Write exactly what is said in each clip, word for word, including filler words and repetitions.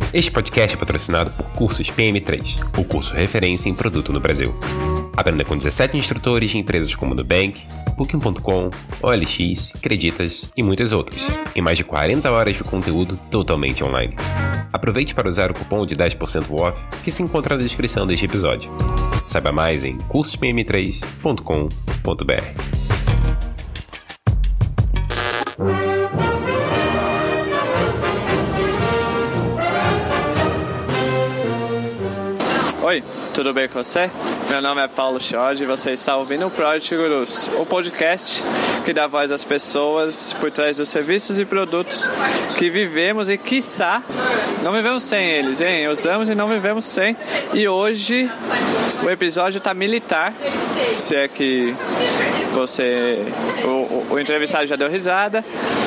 Este podcast é patrocinado por Cursos P M três, o curso referência em produto no Brasil. Aprenda com dezessete instrutores de empresas como Nubank, Booking ponto com, O L X, Creditas e muitas outras, em mais de quarenta horas de conteúdo totalmente online. Aproveite para usar o cupom de dez por cento off que se encontra na descrição deste episódio. Saiba mais em cursos p m três ponto com ponto b r. Oi, tudo bem com você? Meu nome é Paulo Chod e você está ouvindo o Product Gurus, o podcast que dá voz às pessoas por trás dos serviços e produtos que vivemos e, quiçá, não vivemos sem eles, hein? Usamos e não vivemos sem. E hoje o episódio está militar, se é que você... O, o, o entrevistado já deu risada.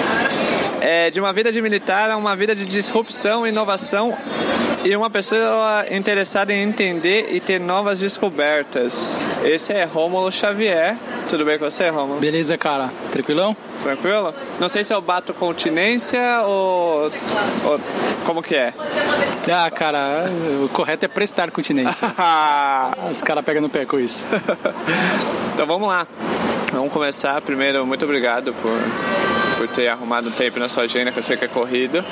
É de uma vida de militar a uma vida de disrupção e inovação e uma pessoa interessada em entender e ter novas descobertas. Esse é Rômulo Xavier. Tudo bem com você, Rômulo? Beleza, cara. Tranquilão? Tranquilo? Não sei se eu bato continência ou... ou como que é? Ah, cara, o correto é prestar continência. Os caras pegam no pé com isso. Então vamos lá. Vamos começar. Primeiro, muito obrigado por... por ter arrumado um tempo na sua agenda, que eu sei que é corrido,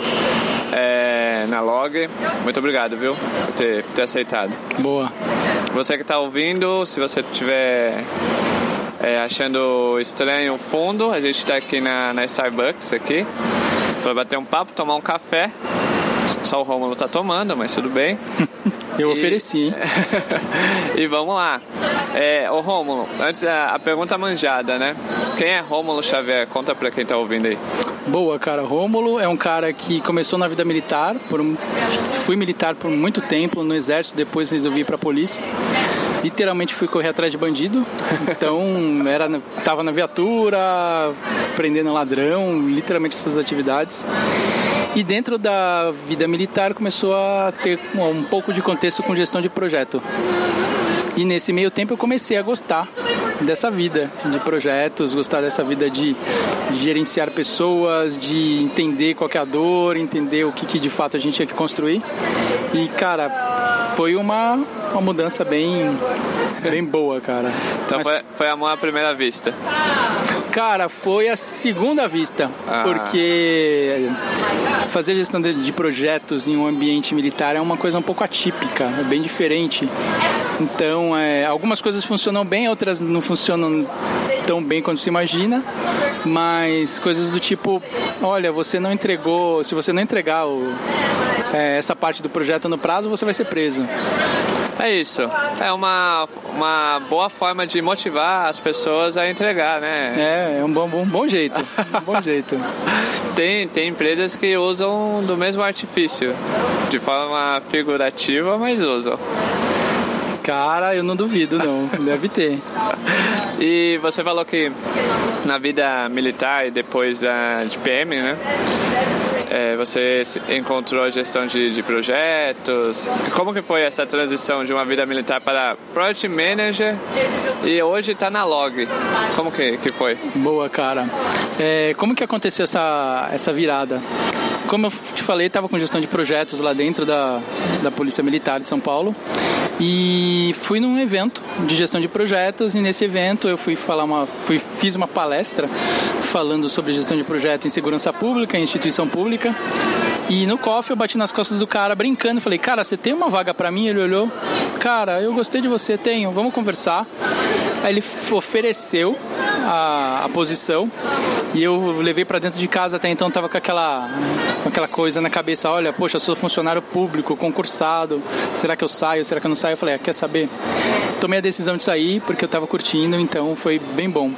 é, na Log. Muito obrigado, viu, por ter, por ter aceitado. Boa. Você que está ouvindo, se você estiver é, achando estranho o fundo, a gente está aqui na, na Starbucks, aqui, para bater um papo, tomar um café. Só o Rômulo tá tomando, mas tudo bem. Eu e... ofereci, hein? E vamos lá. É, ô Rômulo, antes a, a pergunta manjada, né? Quem é Rômulo Xavier? Conta pra quem tá ouvindo aí. Boa, cara. Rômulo é um cara que começou na vida militar. Por um... Fui militar por muito tempo no exército, depois resolvi ir pra polícia. Literalmente fui correr atrás de bandido. Então, era, tava na viatura, prendendo ladrão, literalmente essas atividades. E dentro da vida militar começou a ter um pouco de contexto com gestão de projeto. E nesse meio tempo eu comecei a gostar dessa vida de projetos, gostar dessa vida de gerenciar pessoas, de entender qual que é a dor, entender o que, que de fato a gente tinha que construir. E, cara, foi uma, uma mudança bem, bem boa, cara. Então Mas... foi, foi amor à primeira vista? Cara, foi a segunda vista, ah. porque fazer gestão de, de projetos em um ambiente militar é uma coisa um pouco atípica, é bem diferente. Então, é, algumas coisas funcionam bem, outras não funcionam tão bem quanto se imagina, mas coisas do tipo, olha, você não entregou, se você não entregar o, é, essa parte do projeto no prazo, você vai ser preso. É isso, é uma, uma boa forma de motivar as pessoas a entregar, né? É, é um bom, bom, bom jeito, um bom jeito. Tem, tem empresas que usam do mesmo artifício, de forma figurativa, mas usam. Cara, eu não duvido, não. Deve ter. E você falou que na vida militar e depois da, de P M, né? É, você encontrou a gestão de, de projetos. Como que foi essa transição de uma vida militar para Project Manager e hoje está na Log? Como que, que foi? Boa, cara. É, como que aconteceu essa, essa virada? Como eu te falei, estava com gestão de projetos lá dentro da, da Polícia Militar de São Paulo e fui num evento de gestão de projetos e nesse evento eu fui falar uma, fui, fiz uma palestra falando sobre gestão de projeto em segurança pública, em instituição pública, e no coffee eu bati nas costas do cara brincando e falei, cara, você tem uma vaga pra mim? Ele olhou, cara, eu gostei de você, tenho, vamos conversar. Aí ele ofereceu a, a posição e eu levei pra dentro de casa, até então tava com aquela, com aquela coisa na cabeça, olha, poxa, sou funcionário público, concursado, será que eu saio, será que eu não saio? Eu falei, ah, quer saber? Tomei a decisão de sair porque eu tava curtindo, então foi bem bom.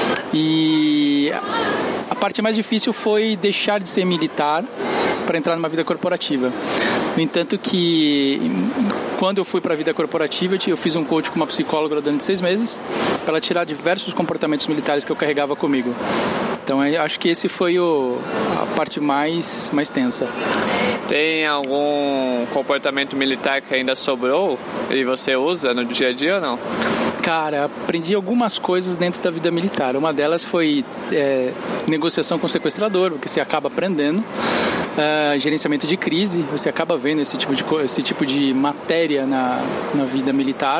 E a parte mais difícil foi deixar de ser militar para entrar numa vida corporativa. No entanto que quando eu fui para a vida corporativa eu fiz um coach com uma psicóloga durante seis meses para ela tirar diversos comportamentos militares que eu carregava comigo. Então eu acho que esse foi o, a parte mais, mais tensa. Tem algum comportamento militar que ainda sobrou e você usa no dia a dia ou não? Cara, aprendi algumas coisas dentro da vida militar. Uma delas foi é, negociação com o sequestrador, porque você acaba aprendendo. uh, gerenciamento de crise, você acaba vendo esse tipo de, esse tipo de matéria na, na vida militar.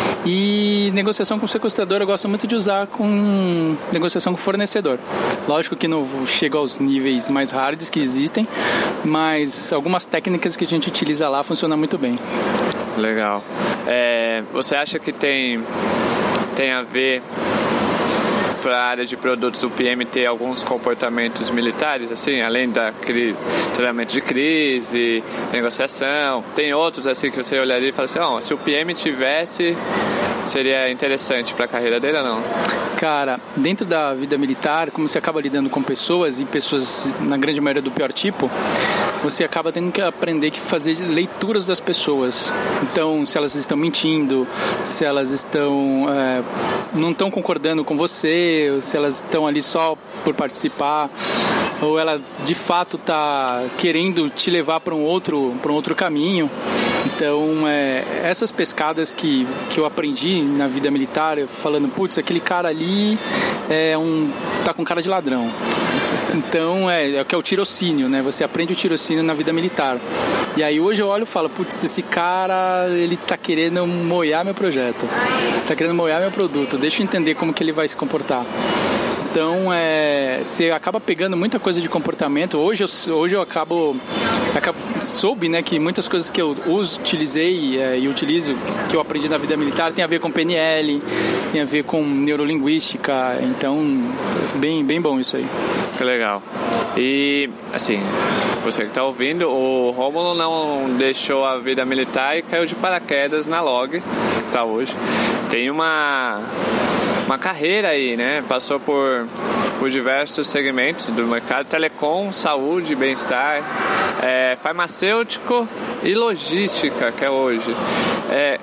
E negociação com sequestrador eu gosto muito de usar com negociação com fornecedor. Lógico que não chega aos níveis mais hards que existem, mas algumas técnicas que a gente utiliza lá funcionam muito bem. Legal. É, você acha que tem, tem a ver para a área de produtos do P M ter alguns comportamentos militares, assim, além da crise, treinamento de crise, negociação? Tem outros assim que você olharia e fala assim, oh, se o P M tivesse, seria interessante para a carreira dele ou não? Cara, dentro da vida militar, como você acaba lidando com pessoas, e pessoas, na grande maioria, do pior tipo, você acaba tendo que aprender que fazer leituras das pessoas. Então, se elas estão mentindo, se elas estão é, não estão concordando com você, se elas estão ali só por participar, ou ela de fato está querendo te levar para um outro, para um outro caminho. Então, é, essas pescadas que, que eu aprendi na vida militar, falando, putz, aquele cara ali é um, tá com cara de ladrão. Então, é, é o que é o tirocínio, né? Você aprende o tirocínio na vida militar. E aí hoje eu olho e falo, putz, esse cara, ele tá querendo moiar meu projeto, tá querendo moiar meu produto, deixa eu entender como que ele vai se comportar. Então, é, você acaba pegando muita coisa de comportamento. Hoje eu, hoje eu acabo, acabo soube, né, que muitas coisas que eu uso, utilizei é, e utilizo, que eu aprendi na vida militar, tem a ver com P N L, tem a ver com neurolinguística. Então, bem, bem bom isso aí. Que legal. E, assim, você que está ouvindo, o Rômulo não deixou a vida militar e caiu de paraquedas na Log, que está hoje. Tem uma... uma carreira aí, né? Passou por, por diversos segmentos do mercado, telecom, saúde, bem-estar, é, farmacêutico e logística, que é hoje. É,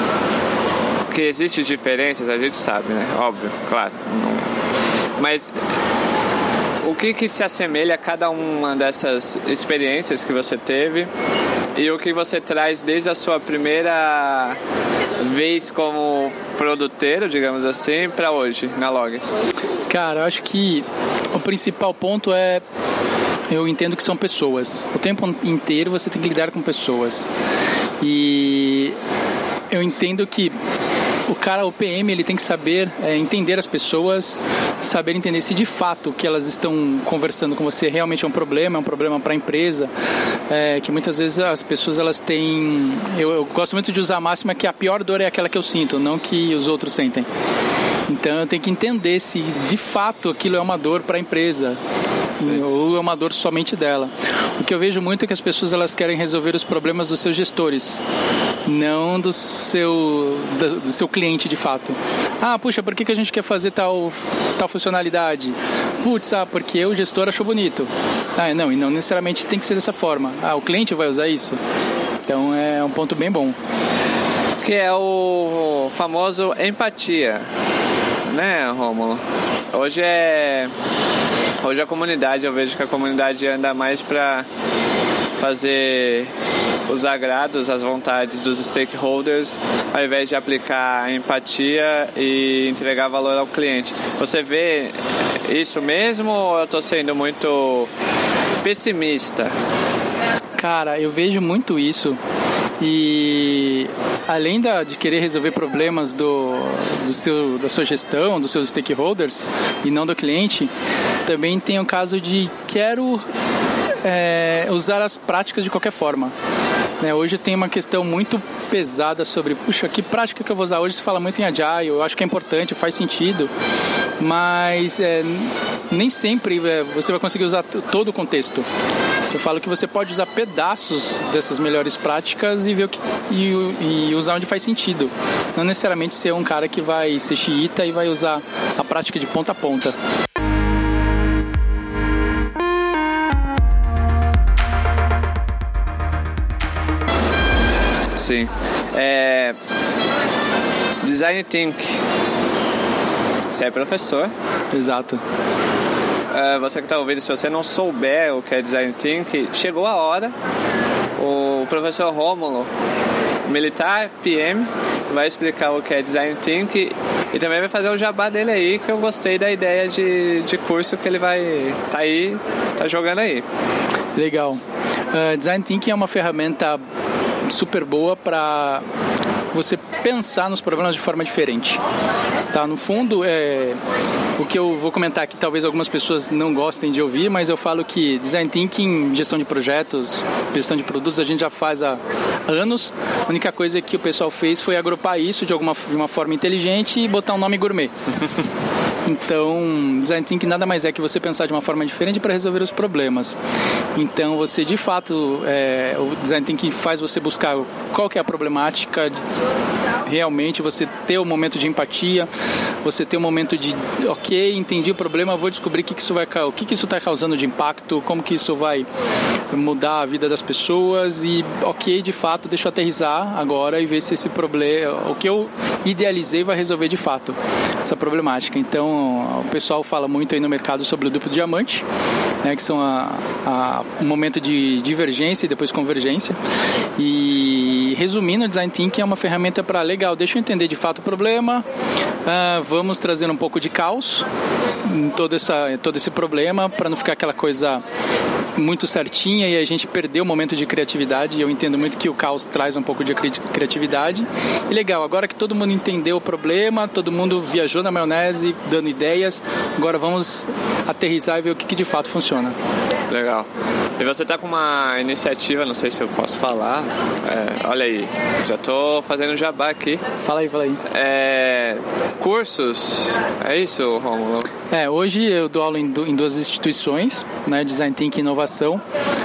que existe diferenças, a gente sabe, né? Óbvio, claro. Não, mas o que, que se assemelha a cada uma dessas experiências que você teve e o que você traz desde a sua primeira vez como produteiro, digamos assim, para hoje, na Log? Cara, eu acho que o principal ponto é, eu entendo que são pessoas. O tempo inteiro você tem que lidar com pessoas. E eu entendo que o cara, o P M, ele tem que saber é, entender as pessoas, saber entender se de fato o que elas estão conversando com você realmente é um problema, é um problema para a empresa, é, que muitas vezes as pessoas elas têm... Eu, eu gosto muito de usar a máxima que a pior dor é aquela que eu sinto, não que os outros sentem. Então eu tenho que entender se de fato aquilo é uma dor para a empresa. Sim. Ou é uma dor somente dela. O que eu vejo muito é que as pessoas elas querem resolver os problemas dos seus gestores, não do seu, do, do seu cliente de fato. Ah, puxa, por que, que a gente quer fazer tal, tal funcionalidade? Putz, ah, porque o gestor achou bonito. Ah, não, e não necessariamente tem que ser dessa forma. Ah, o cliente vai usar isso? Então é um ponto bem bom. Que é o famoso empatia, né, Rômulo? Hoje é... Hoje a comunidade, eu vejo que a comunidade anda mais para fazer os agrados, as vontades dos stakeholders, ao invés de aplicar a empatia e entregar valor ao cliente. Você vê isso mesmo ou eu estou sendo muito pessimista? Cara, eu vejo muito isso. E além da, de querer resolver problemas do, do seu, da sua gestão, dos seus stakeholders e não do cliente, também tem o caso de quero é, usar as práticas de qualquer forma. Né, hoje tem uma questão muito pesada sobre, puxa, que prática que eu vou usar hoje? Se fala muito em Agile, eu acho que é importante, faz sentido, mas é, nem sempre é, você vai conseguir usar t- todo o contexto. Eu falo que você pode usar pedaços dessas melhores práticas e ver o que, e, e usar onde faz sentido. Não necessariamente ser um cara que vai ser xiita e vai usar a prática de ponta a ponta. Sim. É... Design Thinking. Você é professor. Exato. Uh, você que está ouvindo, se você não souber o que é Design Thinking, chegou a hora. O professor Rômulo, militar, P M, vai explicar o que é Design Thinking e também vai fazer o jabá dele aí, que eu gostei da ideia de, de curso que ele vai tá aí, tá jogando aí. Legal. Uh, Design Thinking é uma ferramenta super boa para você pensar nos problemas de forma diferente. Tá? No fundo, é, o que eu vou comentar aqui, talvez algumas pessoas não gostem de ouvir, mas eu falo que Design Thinking, gestão de projetos, gestão de produtos, a gente já faz há anos. A única coisa que o pessoal fez foi agrupar isso de, alguma, de uma forma inteligente e botar um nome gourmet. Então, Design Thinking nada mais é que você pensar de uma forma diferente para resolver os problemas. Então, você de fato, é, o Design Thinking faz você buscar qual que é a problemática, realmente você ter um momento de empatia, você ter um momento de, ok, entendi o problema, vou descobrir o que, que isso vai, o que, que isso está causando de impacto, como que isso vai mudar a vida das pessoas e, ok, de fato, deixa eu aterrissar agora e ver se esse problema, o que eu idealizei vai resolver de fato essa problemática. Então, o pessoal fala muito aí no mercado sobre o duplo diamante, né, que são a, a, um momento de divergência e depois convergência. E resumindo, o Design Thinking é uma ferramenta para, legal, deixa eu entender de fato o problema, uh, vamos trazer um pouco de caos em todo, essa, todo esse problema para não ficar aquela coisa muito certinha e a gente perder o momento de criatividade. Eu entendo muito que o caos traz um pouco de criatividade. E legal, agora que todo mundo entendeu o problema, todo mundo viajou na maionese dando ideias, agora vamos aterrissar e ver o que, que de fato funciona. Legal. E você está com uma iniciativa, não sei se eu posso falar, é, olha aí, já estou fazendo jabá aqui. Fala aí, fala aí. É, cursos, é isso, Rômulo? É, hoje eu dou aula em, du- em duas instituições, né, Design Thinking e Inovação,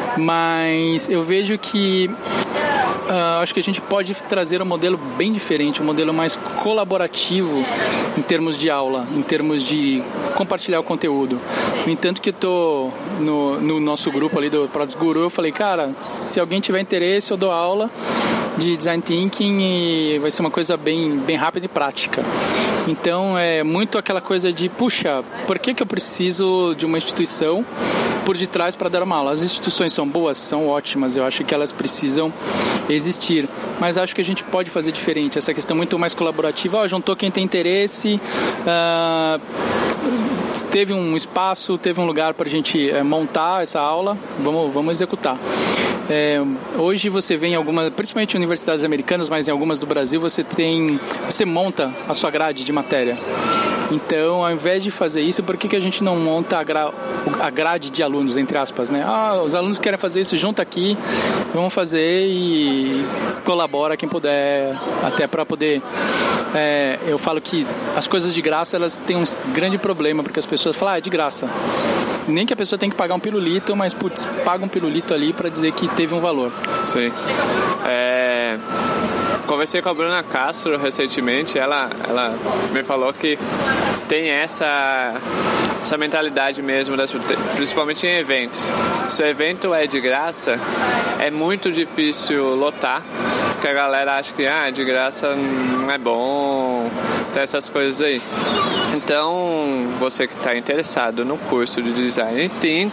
mas eu vejo que Uh, acho que a gente pode trazer um modelo bem diferente, um modelo mais colaborativo em termos de aula, em termos de compartilhar o conteúdo. No entanto que eu estou no, no nosso grupo ali do Product Guru, eu falei, cara, se alguém tiver interesse, eu dou aula de Design Thinking e vai ser uma coisa bem, bem rápida e prática. Então é muito aquela coisa de, puxa, por que, que eu preciso de uma instituição por detrás para dar uma aula? As instituições são boas, são ótimas, eu acho que elas precisam existir, mas acho que a gente pode fazer diferente, essa questão muito mais colaborativa, ó, juntou quem tem interesse, uh, teve um espaço, teve um lugar para a gente é, montar essa aula, vamos, vamos executar. É, hoje você vê em algumas, principalmente em universidades americanas, mas em algumas do Brasil, você tem, você monta a sua grade de matéria. Então, ao invés de fazer isso, por que, que a gente não monta a, gra, a grade de alunos, entre aspas, né? Ah, os alunos querem fazer isso, junta aqui, vamos fazer e colabora quem puder, até para poder... É, eu falo que as coisas de graça, elas têm um grande problema, porque as pessoas falam, ah, é de graça. Nem que a pessoa tem que pagar um pirulito, mas, putz, paga um pirulito ali para dizer que teve um valor. Sim. É... Conversei com a Bruna Castro recentemente, ela, ela me falou que tem essa, essa mentalidade mesmo, das, principalmente em eventos. Se o evento é de graça, é muito difícil lotar, porque a galera acha que ah, de graça não é bom, tem essas coisas aí. Então, você que está interessado no curso de Design Thinking,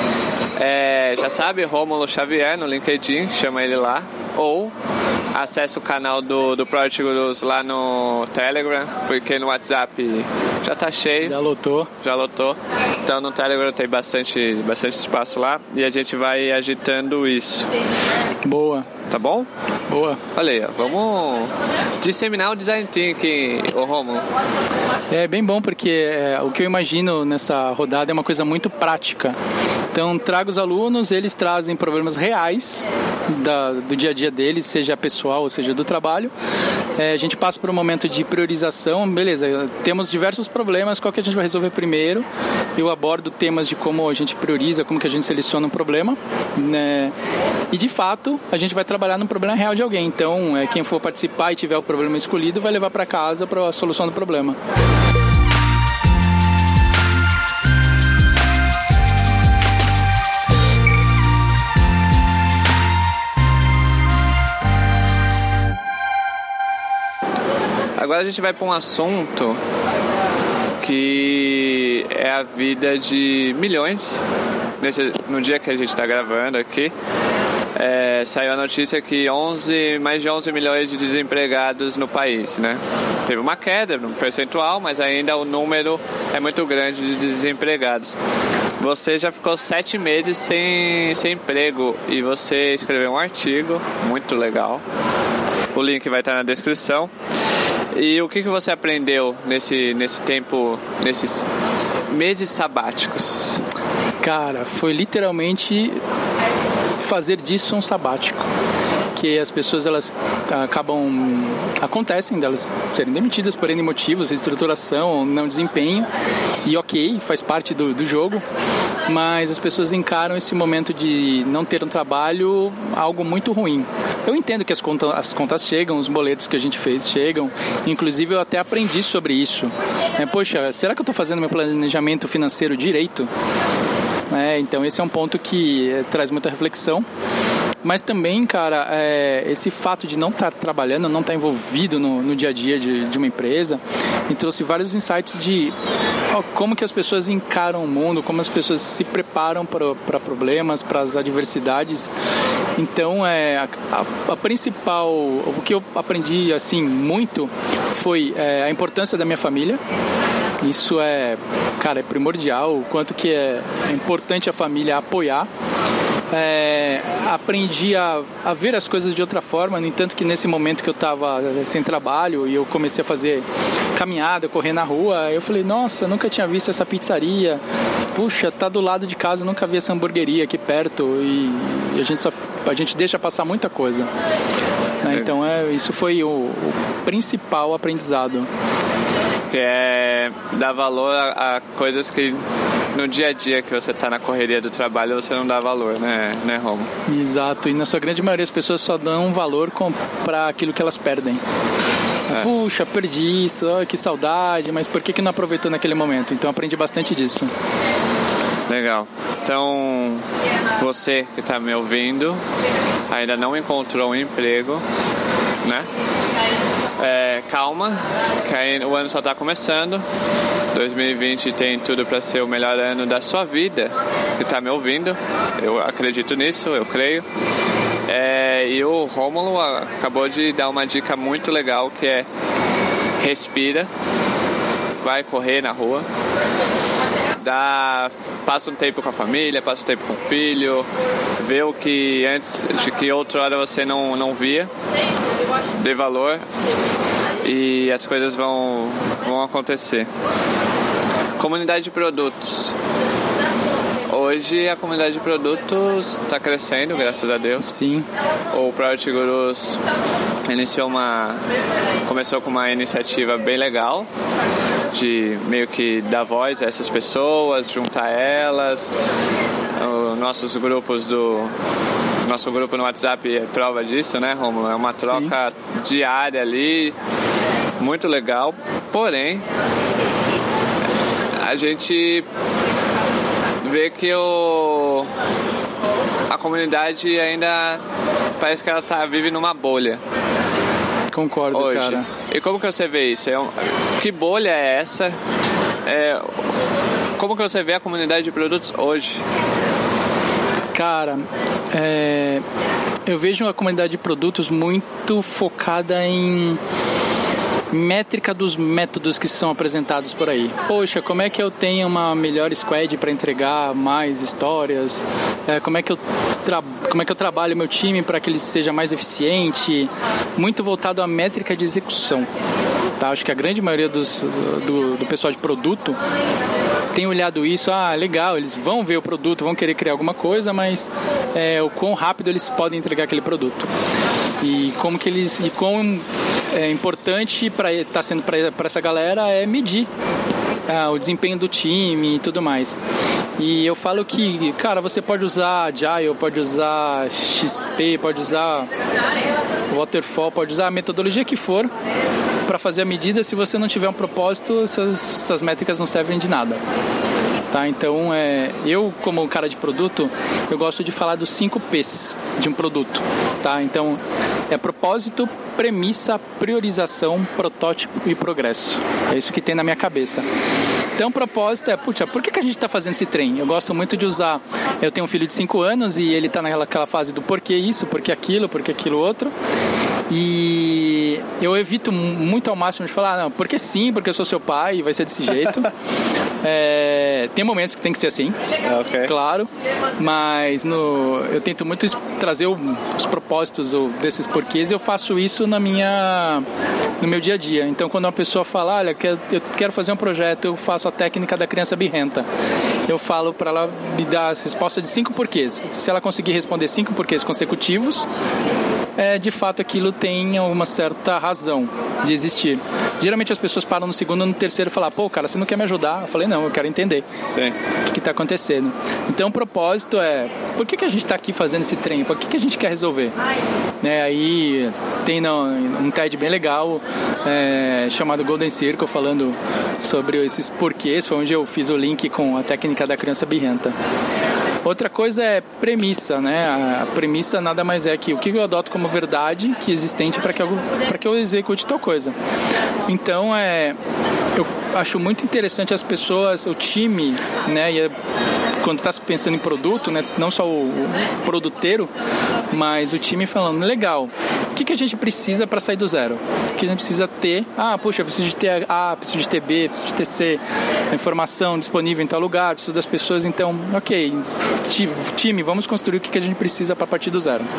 é, já sabe, Rômulo Xavier no LinkedIn, chama ele lá, ou acesse o canal do, do Product Gurus lá no Telegram, porque no WhatsApp já tá cheio. Já lotou. Já lotou. Então no Telegram tem bastante, bastante espaço lá e a gente vai agitando isso. Boa. Tá bom? Boa. Olha aí, ó, vamos disseminar o Design Thinking, ô Rômulo. É bem bom porque é, o que eu imagino nessa rodada é uma coisa muito prática. Então, trago os alunos, eles trazem problemas reais da, do dia a dia deles, seja pessoal ou seja do trabalho. É, a gente passa por um momento de priorização, beleza, temos diversos problemas, qual que a gente vai resolver primeiro? Eu abordo temas de como a gente prioriza, como que a gente seleciona um problema, né? E, de fato, a gente vai trabalhar no problema real de alguém. Então, é, quem for participar e tiver o problema escolhido vai levar para casa para a solução do problema. Agora a gente vai para um assunto que é a vida de milhões. Nesse, no dia que a gente está gravando aqui, é, saiu a notícia que onze, mais de onze milhões de desempregados no país, né? Teve uma queda no percentual, mas ainda o número é muito grande de desempregados. você já ficou sete meses sem, sem emprego e você escreveu um artigo muito legal. O link vai estar na descrição. E o que, que você aprendeu nesse, nesse tempo, nesses meses sabáticos? Cara, foi literalmente fazer disso um sabático. Que as pessoas, elas acabam, acontecem delas serem demitidas por N motivos, reestruturação, não desempenho, e ok, faz parte do, do jogo, mas as pessoas encaram esse momento de não ter um trabalho algo muito ruim. Eu entendo que as contas, as contas chegam, os boletos que a gente fez chegam, inclusive eu até aprendi sobre isso. É, poxa, será que eu estou fazendo meu planejamento financeiro direito? É, então esse é um ponto que é, traz muita reflexão. Mas também, cara, é, esse fato de não estar tá trabalhando, não estar tá envolvido no, no dia a dia de, de uma empresa, me trouxe vários insights de ó, como que as pessoas encaram o mundo, como as pessoas se preparam para problemas, para as adversidades. Então, é, a, a, a principal, o que eu aprendi assim muito foi é, a importância da minha família. Isso é, cara, é primordial, o quanto que é, é importante a família apoiar. É, aprendi a, a ver as coisas de outra forma. No entanto que nesse momento que eu estava sem trabalho e eu comecei a fazer caminhada, correr na rua, eu falei, nossa, nunca tinha visto essa pizzaria, puxa, tá do lado de casa, nunca vi essa hamburgueria aqui perto, e, e a, gente só, a gente deixa passar muita coisa, né? Então é, isso foi o, o principal aprendizado, que é dar valor a, a coisas que no dia a dia que você está na correria do trabalho você não dá valor, né, né, Romo? Exato, e na sua grande maioria as pessoas só dão valor para aquilo que elas perdem. É. Puxa, perdi isso, oh, que saudade, mas por que, que não aproveitou naquele momento? Então aprendi bastante disso. Legal. Então, você que está me ouvindo, ainda não encontrou um emprego, né? É, calma, que aí o ano só está começando. dois mil e vinte tem tudo para ser o melhor ano da sua vida, que está me ouvindo. Eu acredito nisso, eu creio. É, e o Rômulo acabou de dar uma dica muito legal, que é respira, vai correr na rua, dá, passa um tempo com a família, passa um tempo com o filho, vê o que antes de que outra hora você não, não via, dê valor e as coisas vão, vão acontecer. Comunidade de produtos. Hoje a comunidade de produtos está crescendo, graças a Deus. Sim. O Product Gurus iniciou uma, começou com uma iniciativa bem legal de meio que dar voz a essas pessoas, juntar elas. Os nossos grupos do nosso grupo no WhatsApp é prova disso, né, Romulo? É uma troca Sim. diária ali, muito legal. Porém, a gente vê que o, a comunidade ainda parece que ela tá, vive numa bolha. Concordo, hoje. Cara. E como que você vê isso? É um, que bolha é essa? É, como que você vê a comunidade de produtos hoje? Cara, é, eu vejo a comunidade de produtos muito focada em métrica dos métodos que são apresentados por aí. Poxa, como é que eu tenho uma melhor squad para entregar mais histórias? É, como é que eu tra- como é que eu trabalho meu time para que ele seja mais eficiente? Muito voltado à métrica de execução. Tá? Acho que a grande maioria dos, do, do pessoal de produto tem olhado isso, ah, legal, eles vão ver o produto, vão querer criar alguma coisa, mas é, o quão rápido eles podem entregar aquele produto. E como que eles, e quão é importante para tá sendo para essa galera é medir ah, o desempenho do time e tudo mais. E eu falo que, cara, você pode usar Agile, pode usar X P, pode usar Waterfall, pode usar a metodologia que for para fazer a medida. Se você não tiver um propósito, essas, essas métricas não servem de nada. Tá, então, é, eu como cara de produto, eu gosto de falar dos cinco P's de um produto. Tá? Então, é propósito, premissa, priorização, protótipo e progresso. É isso que tem na minha cabeça. Então, o propósito é, puxa, por que, que a gente está fazendo esse trem? Eu gosto muito de usar, eu tenho um filho de cinco anos e ele está naquela fase do porquê isso, porquê aquilo, porquê aquilo outro. E eu evito muito ao máximo de falar, não, porque sim, porque eu sou seu pai e vai ser desse jeito. É, tem momentos que tem que ser assim, okay. Claro, mas no, eu tento muito trazer o, os propósitos ou desses porquês, e eu faço isso na minha, no meu dia a dia. Então, quando uma pessoa fala, olha, eu quero fazer um projeto, eu faço a técnica da criança birrenta, eu falo para ela me dar a resposta de cinco porquês. Se ela conseguir responder cinco porquês consecutivos, é, de fato aquilo tem uma certa razão de existir. Geralmente as pessoas param no segundo ou no terceiro e falam, pô, cara, você não quer me ajudar? Eu falei, não, eu quero entender. Sim. O que está acontecendo. Então o propósito é, por que, que a gente está aqui fazendo esse trem? Por que, que a gente quer resolver? É, aí tem não, um TED bem legal, é, chamado Golden Circle, falando sobre esses porquês. Foi onde eu fiz o link com a técnica da criança birrenta. Outra coisa é premissa, né? A premissa nada mais é que o que eu adoto como verdade que é existente para que, eu, para que eu execute tal coisa. Então, é, eu acho muito interessante as pessoas, o time, né? E é, quando está pensando em produto, né? Não só o, o produteiro, mas o time falando, legal, o que, que a gente precisa para sair do zero? O que a gente precisa ter? Ah, puxa, eu preciso de ter A, preciso de ter B, preciso de ter C, a informação disponível em tal lugar, preciso das pessoas, então, ok, time, vamos construir o que, que a gente precisa para partir do zero.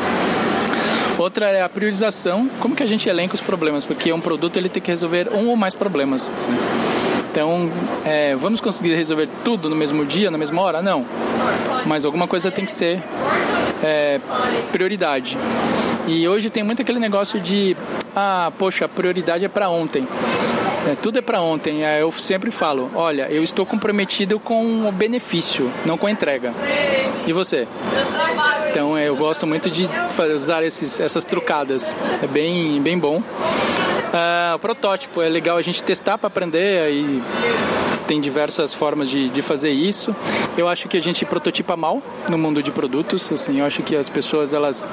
Outra é a priorização, como que a gente elenca os problemas, porque um produto ele tem que resolver um ou mais problemas. Então, é, vamos conseguir resolver tudo no mesmo dia, na mesma hora? Não. Mas alguma coisa tem que ser é, prioridade. E hoje tem muito aquele negócio de, ah, poxa, a prioridade é para ontem. É, tudo é para ontem. É, eu sempre falo, olha, eu estou comprometido com o benefício, não com a entrega. E você? Então, é, eu gosto muito de usar esses, essas trucadas. É bem, bem bom. Uh, o protótipo, é legal a gente testar para aprender, aí tem diversas formas de, de fazer isso. Eu acho que a gente prototipa mal no mundo de produtos, assim, eu acho que as pessoas elas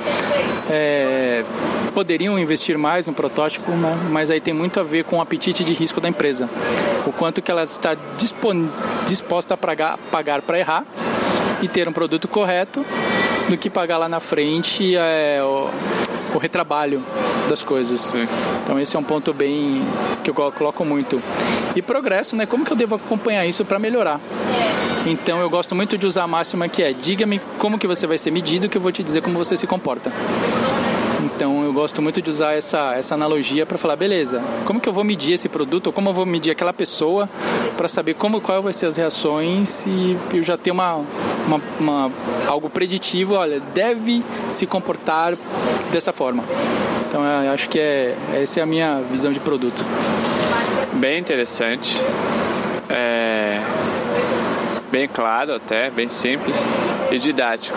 é, poderiam investir mais no protótipo, né? Mas aí tem muito a ver com o apetite de risco da empresa, o quanto que ela está dispon, disposta a pagar, pagar para errar e ter um produto correto, do que pagar lá na frente é, o, o retrabalho das coisas. Sim. Então esse é um ponto bem que eu coloco muito. E progresso, né? Como que eu devo acompanhar isso para melhorar? Então eu gosto muito de usar a máxima que é, diga-me como que você vai ser medido, que eu vou te dizer como você se comporta. Então eu gosto muito de usar essa, essa analogia para falar, beleza, como que eu vou medir esse produto, ou como eu vou medir aquela pessoa para saber como, qual vai ser as reações e eu já ter uma, uma, uma, algo preditivo, olha, deve se comportar dessa forma. Então eu acho que é, essa é a minha visão de produto. Bem interessante, é... bem claro até, bem simples e didático.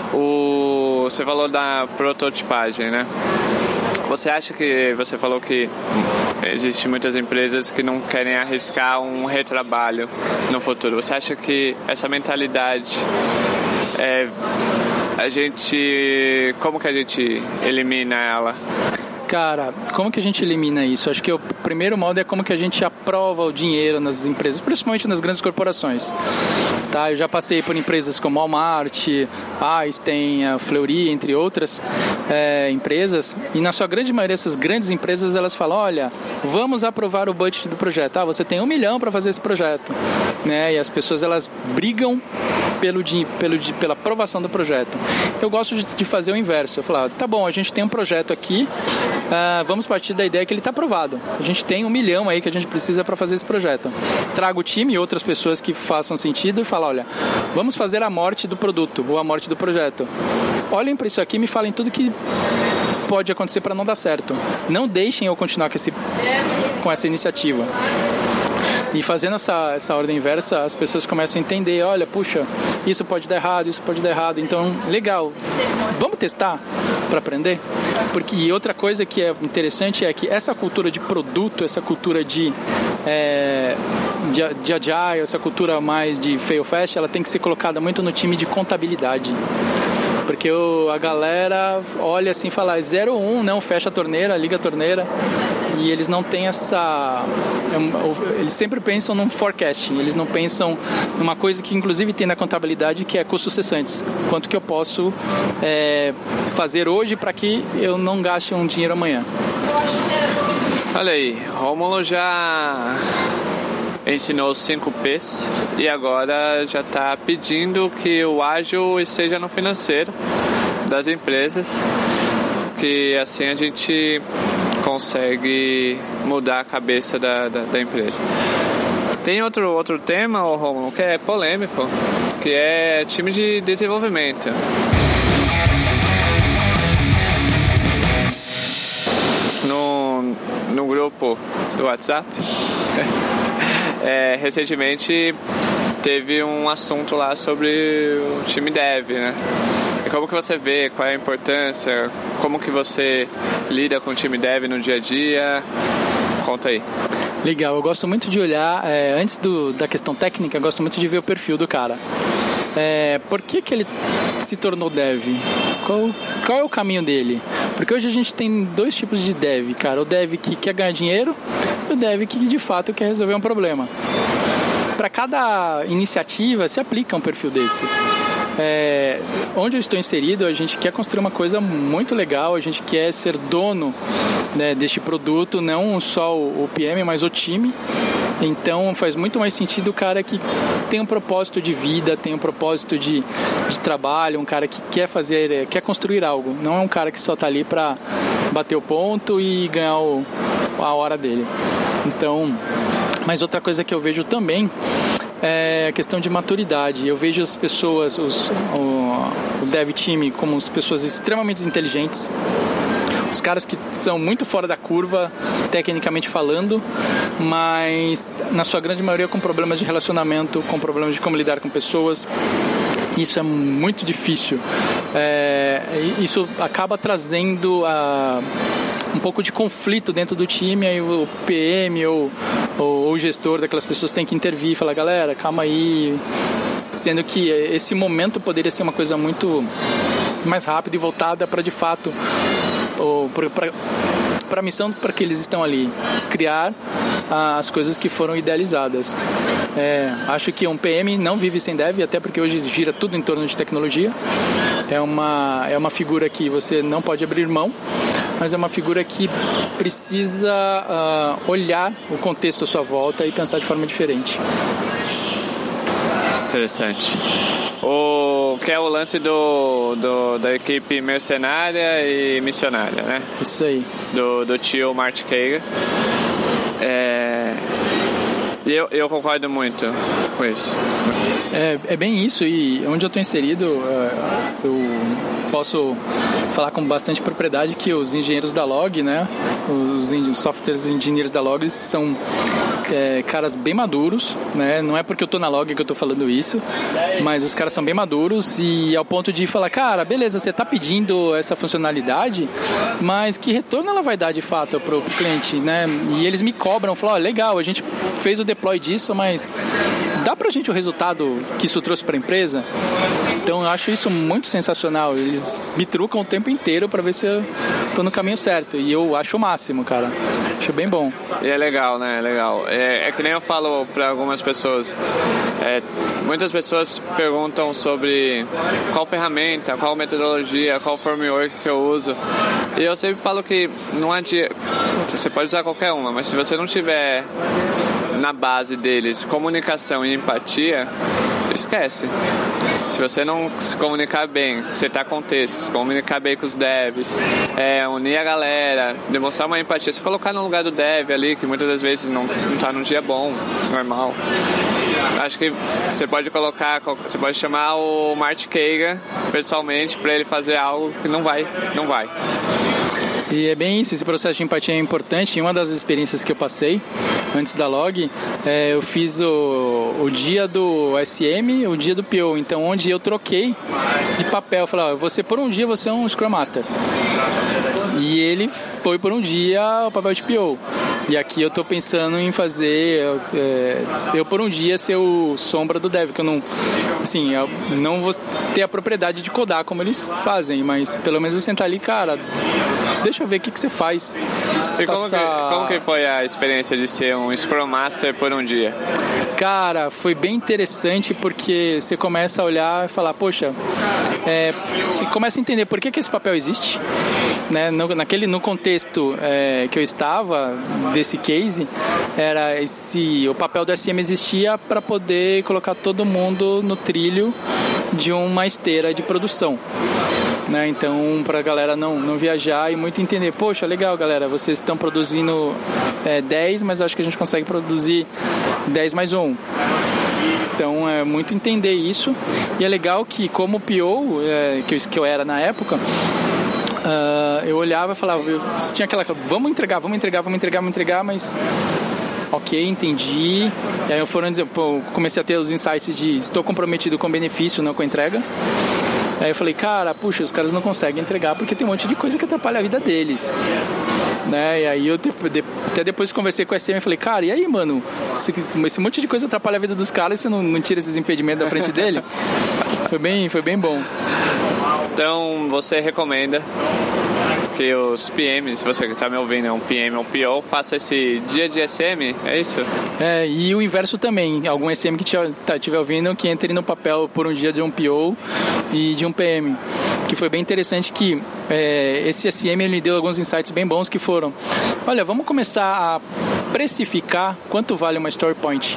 O... Você falou da prototipagem, né? Você acha que... Você falou que existem muitas empresas que não querem arriscar um retrabalho no futuro. Você acha que essa mentalidade... É... A gente... Como que a gente elimina ela? Cara, como que a gente elimina isso? Acho que o primeiro modo é como que a gente aprova o dinheiro nas empresas, principalmente nas grandes corporações. Tá? Eu já passei por empresas como Walmart, Einstein, a Fleury, entre outras é, empresas, e na sua grande maioria dessas grandes empresas elas falam, olha, vamos aprovar o budget do projeto. Ah, você tem um milhão para fazer esse projeto. Né? E as pessoas elas brigam pelo, pelo, pela aprovação do projeto. Eu gosto de, de fazer o inverso. Eu falo, tá bom, a gente tem um projeto aqui, Uh, vamos partir da ideia que ele está aprovado. A gente tem um milhão aí que a gente precisa para fazer esse projeto. Trago o time e outras pessoas que façam sentido e falo, olha, vamos fazer a morte do produto ou a morte do projeto. Olhem para isso aqui e me falem tudo que pode acontecer para não dar certo. Não deixem eu continuar com, esse, com essa iniciativa. E fazendo essa, essa ordem inversa, as pessoas começam a entender, olha, puxa, isso pode dar errado, isso pode dar errado. Então, legal, vamos testar para aprender? Porque, e outra coisa que é interessante é que essa cultura de produto, essa cultura de, é, de, de agile, essa cultura mais de fail fast, ela tem que ser colocada muito no time de contabilidade. Porque o, a galera olha assim e fala zero um, não, fecha a torneira, liga a torneira. e eles não têm essa... Eles sempre pensam num forecasting, eles não pensam numa coisa que inclusive tem na contabilidade, que é custos cessantes. Quanto que eu posso é, fazer hoje para que eu não gaste um dinheiro amanhã. Olha aí, Rômulo já ensinou os cinco P's e agora já está pedindo que o ágil esteja no financeiro das empresas, que assim a gente consegue mudar a cabeça da, da, da empresa. Tem outro, outro tema, Rômulo, que é polêmico, que é time de desenvolvimento. No, no grupo do WhatsApp, é, recentemente teve um assunto lá sobre o time dev, né? E como que você vê, qual é a importância, como que você lida com o time dev no dia a dia? Conta aí. Legal, eu gosto muito de olhar, é, antes do, da questão técnica, eu gosto muito de ver o perfil do cara. É, por que que ele se tornou dev? Qual, qual é o caminho dele? Porque hoje a gente tem dois tipos de dev, cara. O dev que quer ganhar dinheiro e o dev que de fato quer resolver um problema. Para cada iniciativa se aplica um perfil desse. É, onde eu estou inserido, a gente quer construir uma coisa muito legal, a gente quer ser dono, né, deste produto, não só o, o P M, mas o time. Então faz muito mais sentido o cara que tem um propósito de vida, tem um propósito de, de trabalho, um cara que quer fazer, quer construir algo, não é um cara que só está ali para bater o ponto e ganhar o, a hora dele. Então, mas outra coisa que eu vejo também é a questão de maturidade. Eu vejo as pessoas, os, o, o dev time, como as pessoas extremamente inteligentes, os caras que são muito fora da curva, tecnicamente falando, mas na sua grande maioria com problemas de relacionamento, com problemas de como lidar com pessoas. Isso é muito difícil. É, isso acaba trazendo a, um pouco de conflito dentro do time, aí o P M ou, ou o gestor daquelas pessoas tem que intervir e falar, galera, calma aí, sendo que esse momento poderia ser uma coisa muito mais rápida e voltada para, de fato, para a missão para que eles estão ali, criar as coisas que foram idealizadas. É, acho que um P M não vive sem dev, até porque hoje gira tudo em torno de tecnologia. É uma, é uma figura que você não pode abrir mão, mas é uma figura que precisa uh, olhar o contexto à sua volta e pensar de forma diferente. Interessante. O que é o lance do, do, da equipe mercenária e missionária, né? Isso aí. Do, do tio Marty Kagan. É... Eu, eu concordo muito com isso. É, é bem isso, e onde eu estou inserido, eu posso falar com bastante propriedade que os engenheiros da Log, né, os software engineers da Log são é, caras bem maduros, né, não é porque eu estou na Log que eu estou falando isso, mas os caras são bem maduros e ao ponto de falar, cara, beleza, você está pedindo essa funcionalidade, mas que retorno ela vai dar de fato para o cliente, né? E eles me cobram, falam, ó, oh, legal, a gente fez o deploy disso, mas dá pra gente o resultado que isso trouxe pra empresa? Então eu acho isso muito sensacional. Eles me trucam o tempo inteiro pra ver se eu tô no caminho certo. E eu acho o máximo, cara. Acho bem bom. E é legal, né? É legal. É, é que nem eu falo pra algumas pessoas. É, muitas pessoas perguntam sobre qual ferramenta, qual metodologia, qual framework que eu uso. E eu sempre falo que não adianta. Você pode usar qualquer uma, mas se você não tiver na base deles comunicação e empatia, esquece. Se você não se comunicar bem, acertar contextos, se comunicar bem com os devs, é, unir a galera, demonstrar uma empatia, se colocar no lugar do dev ali, que muitas das vezes não está num dia bom, normal. Acho que você pode colocar, você pode chamar o Marty Kagan pessoalmente para ele fazer algo que não vai, não vai. E é bem isso, esse processo de empatia é importante. Em uma das experiências que eu passei antes da Log, é, eu fiz o, o dia do S M, o dia do P O, então onde eu troquei de papel, eu falei, ó, você por um dia você é um Scrum Master. E ele foi por um dia o papel de P O. E aqui eu estou pensando em fazer é, eu por um dia ser o sombra do dev, que eu não, assim, eu não vou ter a propriedade de codar como eles fazem, mas pelo menos eu sentar ali, cara, deixa eu ver o que, que você faz. E como, Passar... que, como que foi a experiência de ser um Scrum Master por um dia? Cara, foi bem interessante porque você começa a olhar e falar, poxa, é, e começa a entender por que, que esse papel existe, né? No, naquele, no contexto é, que eu estava, desse case, era esse, o papel do S M existia para poder colocar todo mundo no trilho de uma esteira de produção. Né? Então, para a galera não, não viajar e muito entender, poxa, legal, galera, vocês estão produzindo é, dez, mas acho que a gente consegue produzir dez mais um. Então, é muito entender isso. E é legal que, como P O, é, que, eu, que eu era na época, uh, eu olhava e falava, eu tinha aquela, vamos entregar, vamos entregar, vamos entregar, vamos entregar, mas... Ok, entendi. E aí eu foram dizer, pô, comecei a ter os insights de estou comprometido com o benefício, não com a entrega. Aí eu falei, cara, puxa, os caras não conseguem entregar porque tem um monte de coisa que atrapalha a vida deles. Né? E aí eu até depois conversei com o S M e falei, cara, e aí, mano, esse, esse monte de coisa atrapalha a vida dos caras e você não, não tira esses impedimentos da frente dele? Foi bem, foi bem bom. Então você recomenda que os P Ms, se você que está me ouvindo é um P M ou um P O, faça esse dia de S M, é isso? É, e o inverso também, algum S M que estiver ouvindo que entre no papel por um dia de um P O e de um P M, que foi bem interessante que é, esse S M ele me deu alguns insights bem bons que foram, olha, vamos começar a precificar quanto vale uma story point.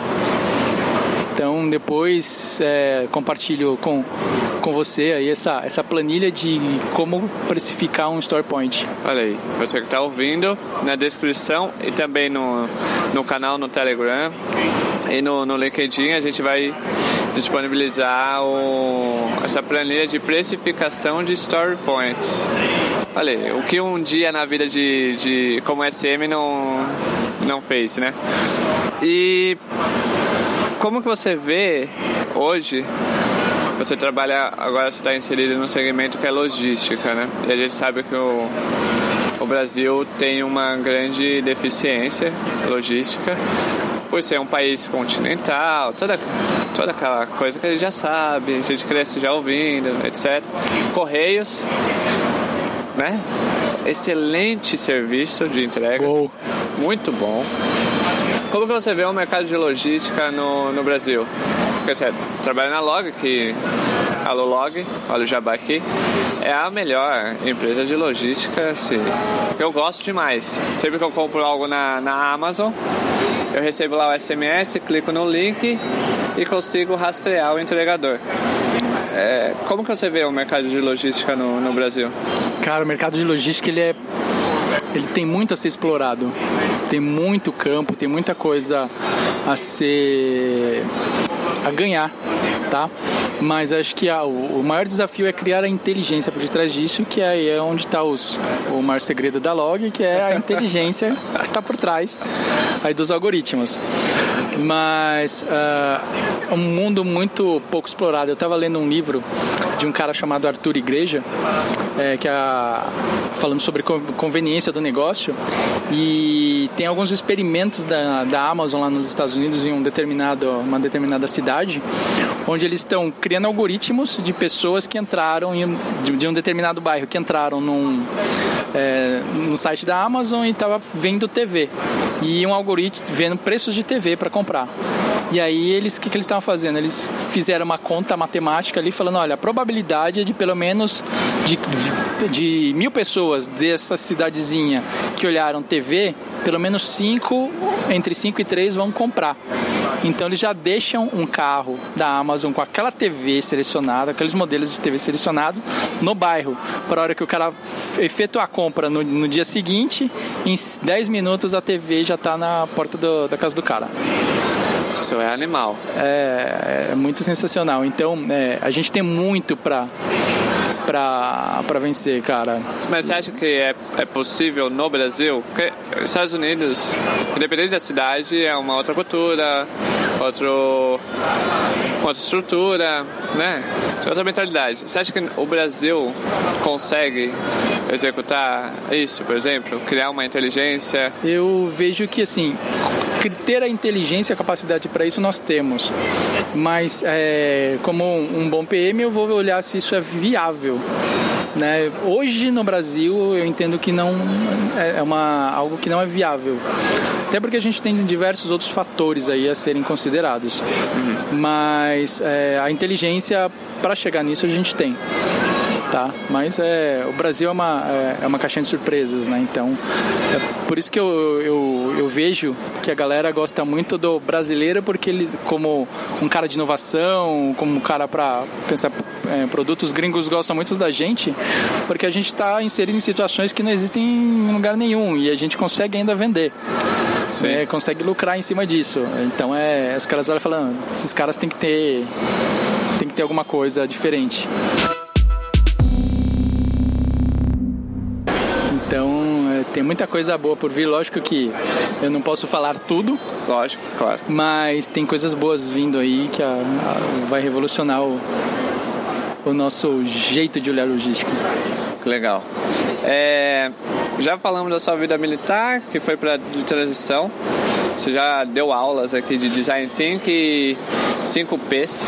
Então depois é, compartilho com, com você aí essa, essa planilha de como precificar um story point. Olha aí, você que está ouvindo, na descrição e também no, no canal no Telegram e no, no LinkedIn a gente vai disponibilizar o, essa planilha de precificação de story points. Olha aí, o que um dia na vida de, de como S M não, não fez, né? E como que você vê hoje, você trabalha, agora você está inserido num segmento que é logística, né? E a gente sabe que o, o Brasil tem uma grande deficiência logística, por ser um país continental, toda, toda aquela coisa que a gente já sabe, a gente cresce já ouvindo, etcétera. Correios, né? Excelente serviço de entrega, Uou. Muito bom. Como que você vê o mercado de logística no, no Brasil? Porque você trabalha na Log, que a Log, olha o jabá aqui, é a melhor empresa de logística, assim, que eu gosto demais. Sempre que eu compro algo na, na Amazon, eu recebo lá o S M S, clico no link e consigo rastrear o entregador. É, como que você vê o mercado de logística no, no Brasil? Cara, o mercado de logística ele é ele tem muito a ser explorado, tem muito campo, tem muita coisa a ser a ganhar, tá? Mas acho que a, o, o maior desafio é criar a inteligência por detrás disso, que aí é onde está o maior segredo da Log, que é a inteligência que está por trás aí dos algoritmos. Mas uh, é um mundo muito pouco explorado. Eu estava lendo um livro de um cara chamado Arthur Igreja, é, que é falando sobre conveniência do negócio, e tem alguns experimentos da, da Amazon lá nos Estados Unidos em um determinado, uma determinada cidade, onde eles estão criando algoritmos de pessoas que entraram em, de, de um determinado bairro, que entraram num, é, no site da Amazon e estava vendo T V, e um algoritmo vendo preços de T V para comprar. E aí eles, o que, que eles estavam fazendo? Eles fizeram uma conta matemática ali, falando, olha, a probabilidade é de pelo menos de, de mil pessoas dessa cidadezinha que olharam T V, pelo menos cinco, entre cinco e três vão comprar. Então eles já deixam um carro da Amazon com aquela T V selecionada, aqueles modelos de T V selecionados no bairro, para a hora que o cara efetuar a compra no, no dia seguinte, em dez minutos a T V já está na porta do, da casa do cara. Isso é animal. É, é muito sensacional. Então, é, a gente tem muito para para vencer, cara. Mas você acha que é, é possível no Brasil? Porque Estados Unidos, independente da cidade, é uma outra cultura, outro, outra estrutura, né? Outra mentalidade. Você acha que o Brasil consegue executar isso, por exemplo? Criar uma inteligência? Eu vejo que, assim, ter a inteligência, a capacidade para isso nós temos, mas é, como um bom P M eu vou olhar se isso é viável, né? Hoje no Brasil eu entendo que não é uma, algo que não é viável, até porque a gente tem diversos outros fatores aí a serem considerados, uhum. mas é, a inteligência para chegar nisso a gente tem. Tá, mas é, o Brasil é uma, é, é uma caixinha de surpresas, né? Então, é por isso que eu, eu, eu vejo que a galera gosta muito do brasileiro, porque ele, como um cara de inovação, como um cara para pensar é, produtos, gringos gostam muito da gente, porque a gente está inserido em situações que não existem em lugar nenhum e a gente consegue ainda vender. É, consegue lucrar em cima disso. Então, é, os caras olham falando, esses caras têm que ter, tem que ter alguma coisa diferente. Então, tem muita coisa boa por vir. Lógico que eu não posso falar tudo. Lógico, claro. Mas tem coisas boas vindo aí que a, a, vai revolucionar o, o nosso jeito de olhar logística. Legal. É, já falamos da sua vida militar, que foi para de transição. Você já deu aulas aqui de Design Thinking e cinco P's.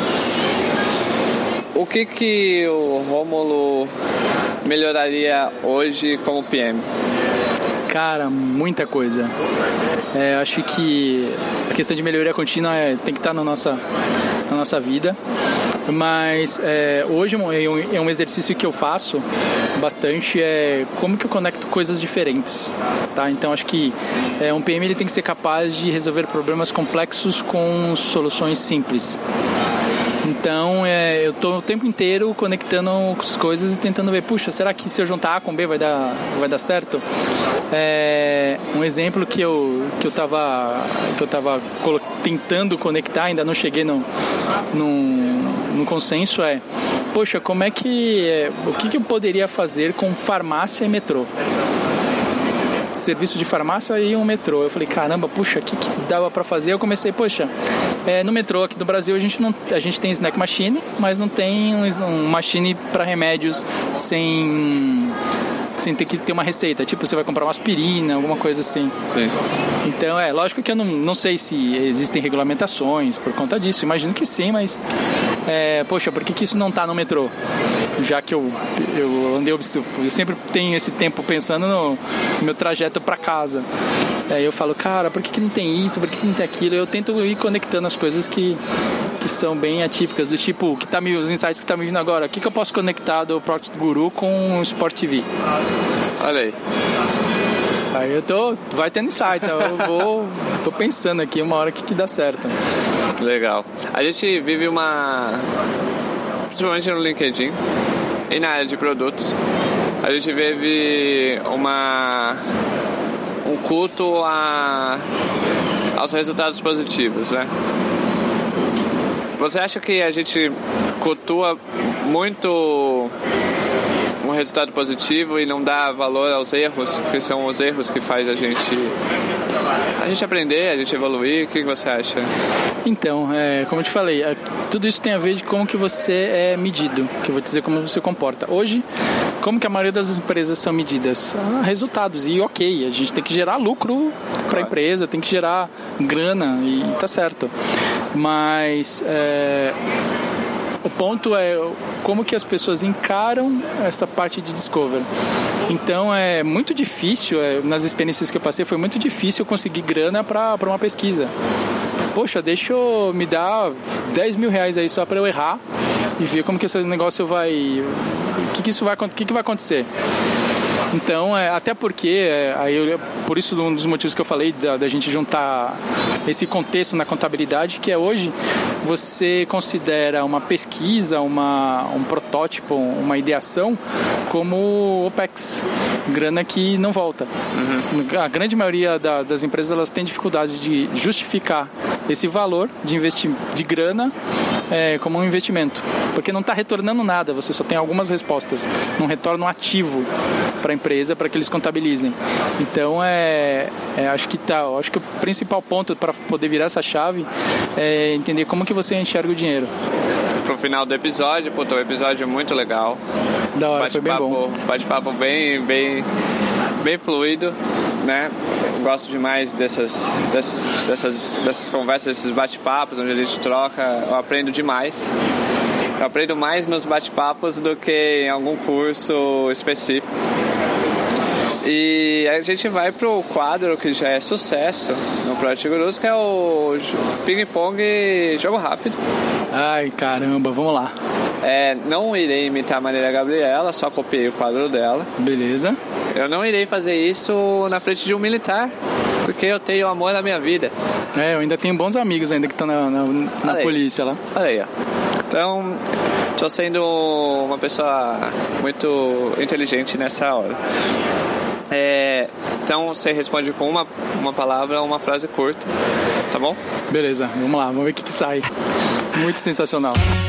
O que que o Rômulo melhoraria hoje como P M? Cara, muita coisa. É, acho que a questão de melhoria contínua é, tem que estar na nossa, na nossa vida. Mas é, hoje é um exercício que eu faço bastante, é como que eu conecto coisas diferentes, tá? Então acho que é, um P M ele tem que ser capaz de resolver problemas complexos com soluções simples. Então, é, eu estou o tempo inteiro conectando as coisas e tentando ver, puxa, será que se eu juntar A com B vai dar, vai dar certo? É, um exemplo que eu que eu estava que eu tava tentando conectar, ainda não cheguei no, no, no consenso, é, poxa, como é que, é, o que, que eu poderia fazer com farmácia e metrô? Serviço de farmácia e um metrô. Eu falei, caramba, puxa, o que, que dava pra fazer? Eu comecei, poxa, é, no metrô aqui do Brasil a gente, não, a gente tem snack machine, mas não tem um, um machine para remédios sem, sem ter que ter uma receita. Tipo, você vai comprar uma aspirina, alguma coisa assim. Sim. Então, é, lógico que eu não, não sei se existem regulamentações por conta disso, imagino que sim, mas é, poxa, por que, que isso não tá no metrô? Já que eu, eu andei, eu sempre tenho esse tempo pensando no meu trajeto para casa. Aí eu falo, cara, por que, que não tem isso, por que, que não tem aquilo? Eu tento ir conectando as coisas que, que são bem atípicas, do tipo, que tá me, os insights que tá me vindo agora. O que, que eu posso conectar do Project Guru com o Sport T V? Olha aí. Aí eu tô, vai tendo insights, eu vou, tô pensando aqui uma hora que, que dá certo. Legal. A gente vive uma, principalmente no LinkedIn e na área de produtos, a gente vive uma, um culto a, aos resultados positivos, né? Você acha que a gente cultua muito um resultado positivo e não dá valor aos erros, que são os erros que faz a gente a gente aprender, a gente evoluir? O que você acha? Então, é, como eu te falei, é, tudo isso tem a ver de como que você é medido, que eu vou dizer como você comporta. Hoje, como que a maioria das empresas são medidas? Ah, resultados, e ok, a gente tem que gerar lucro para a empresa, tem que gerar grana, e tá certo. Mas é, o ponto é como que as pessoas encaram essa parte de discover. Então é muito difícil, é, nas experiências que eu passei, foi muito difícil eu conseguir grana para uma pesquisa. Poxa, deixa eu me dar dez mil reais aí só para eu errar e ver como que esse negócio vai... O que, que isso vai, o que, que vai acontecer? Então, é, até porque, é, aí eu, por isso um dos motivos que eu falei da, da gente juntar esse contexto na contabilidade, que é hoje você considera uma pesquisa, uma, um protótipo, uma ideação como OPEX, grana que não volta. Uhum. A grande maioria da, das empresas elas têm dificuldade de justificar esse valor de, investi- de grana é, como um investimento, porque não está retornando nada, você só tem algumas respostas, não retorna um ativo para a empresa para que eles contabilizem. Então, é, é, acho que tá, acho que o principal ponto para poder virar essa chave é entender como que você enxerga o dinheiro. Pro final do episódio, pô, um episódio muito legal. Da hora, foi bem bom. Bate-papo bem, bem, bem fluido. né, eu gosto demais dessas, dessas, dessas, dessas conversas, desses bate-papos onde a gente troca, eu aprendo demais. Eu aprendo mais nos bate-papos do que em algum curso específico. E a gente vai pro quadro que já é sucesso no Project Gurus, que é o ping-pong jogo rápido. Ai, caramba, vamos lá. É, não irei imitar a Marília Gabriela, só copiei o quadro dela. Beleza. Eu não irei fazer isso na frente de um militar, porque eu tenho amor na minha vida. É, eu ainda tenho bons amigos ainda que estão na, na, na polícia lá. Olha aí, ó. Então, estou sendo uma pessoa muito inteligente nessa hora. É, então, você responde com uma, uma palavra ou uma frase curta, tá bom? Beleza, vamos lá, vamos ver o que, que sai. Muito sensacional.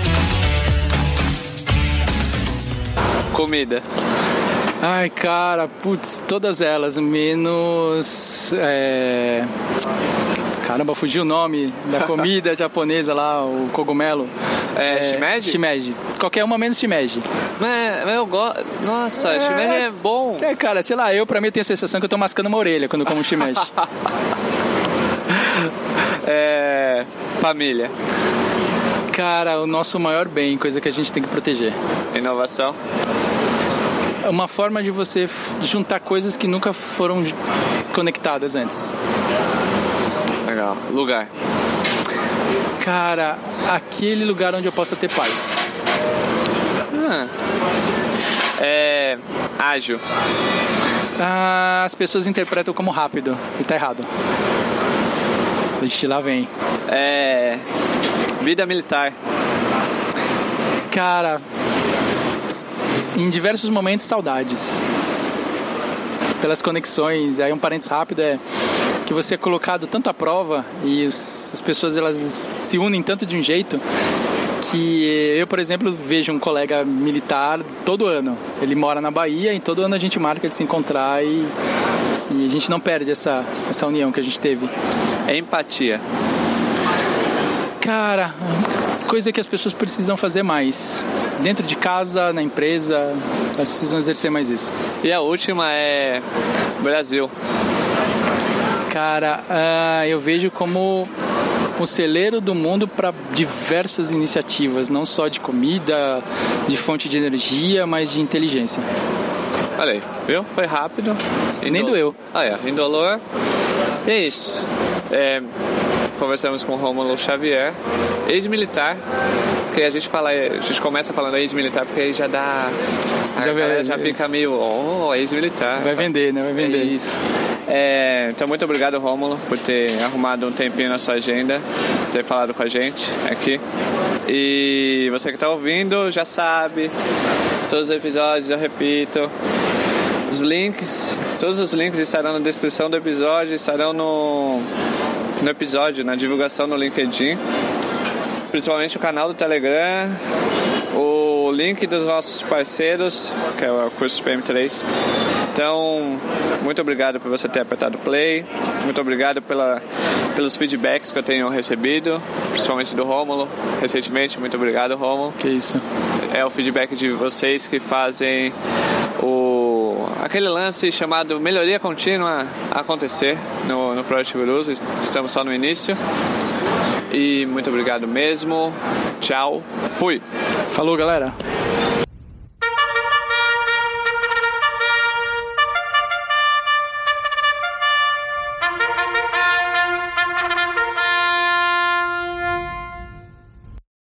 Comida. Ai, cara, putz, todas elas, menos... É... Caramba, fugiu o nome da comida japonesa lá, o cogumelo. É, é shimeji? Shimeji. Qualquer uma menos shimeji. Mas eu gosto... Nossa, é, shimeji é bom. É, cara, sei lá, eu pra mim eu tenho a sensação que eu tô mascando uma orelha quando eu como shimeji. É... Família. Cara, o nosso maior bem, coisa que a gente tem que proteger. Inovação. Uma forma de você juntar coisas que nunca foram conectadas antes. Legal. Lugar. Cara, aquele lugar onde eu possa ter paz. Ah. É... Ágil. Ah, as pessoas interpretam como rápido e tá errado. Ixi, lá vem. É... Vida militar. Cara, em diversos momentos, saudades. Pelas conexões. Aí um parênteses rápido é que você é colocado tanto à prova e os, as pessoas elas se unem tanto de um jeito que eu, por exemplo, vejo um colega militar todo ano. Ele mora na Bahia e todo ano a gente marca de se encontrar e, e a gente não perde essa, essa união que a gente teve. É empatia. Cara, coisa que as pessoas precisam fazer mais. Dentro de casa, na empresa, elas precisam exercer mais isso. E a última é Brasil. Cara, uh, eu vejo como o celeiro do mundo para diversas iniciativas, não só de comida, de fonte de energia, mas de inteligência. Olha aí, viu? Foi rápido. Indol... Nem doeu. Ah, é. Indolor. E é isso. É... Conversamos com o Rômulo Xavier, ex-militar, que a gente fala, a gente começa falando ex-militar porque aí já dá, a já, galera já fica meio, oh, ex-militar. Vai vender, né? Vai vender. É isso. É, então muito obrigado, Rômulo, por ter arrumado um tempinho na sua agenda, ter falado com a gente aqui. E você que está ouvindo já sabe, todos os episódios, eu repito, os links, todos os links estarão na descrição do episódio, estarão no... no episódio, na divulgação no LinkedIn, principalmente o canal do Telegram, o link dos nossos parceiros, que é o curso P M três. Então, muito obrigado por você ter apertado play, muito obrigado pela, pelos feedbacks que eu tenho recebido, principalmente do Rômulo, recentemente. Muito obrigado, Rômulo. Que isso. É o feedback de vocês que fazem o, aquele lance chamado melhoria contínua acontecer no, no Project Gurus. Estamos só no início. E muito obrigado mesmo. Tchau. Fui. Falou, galera.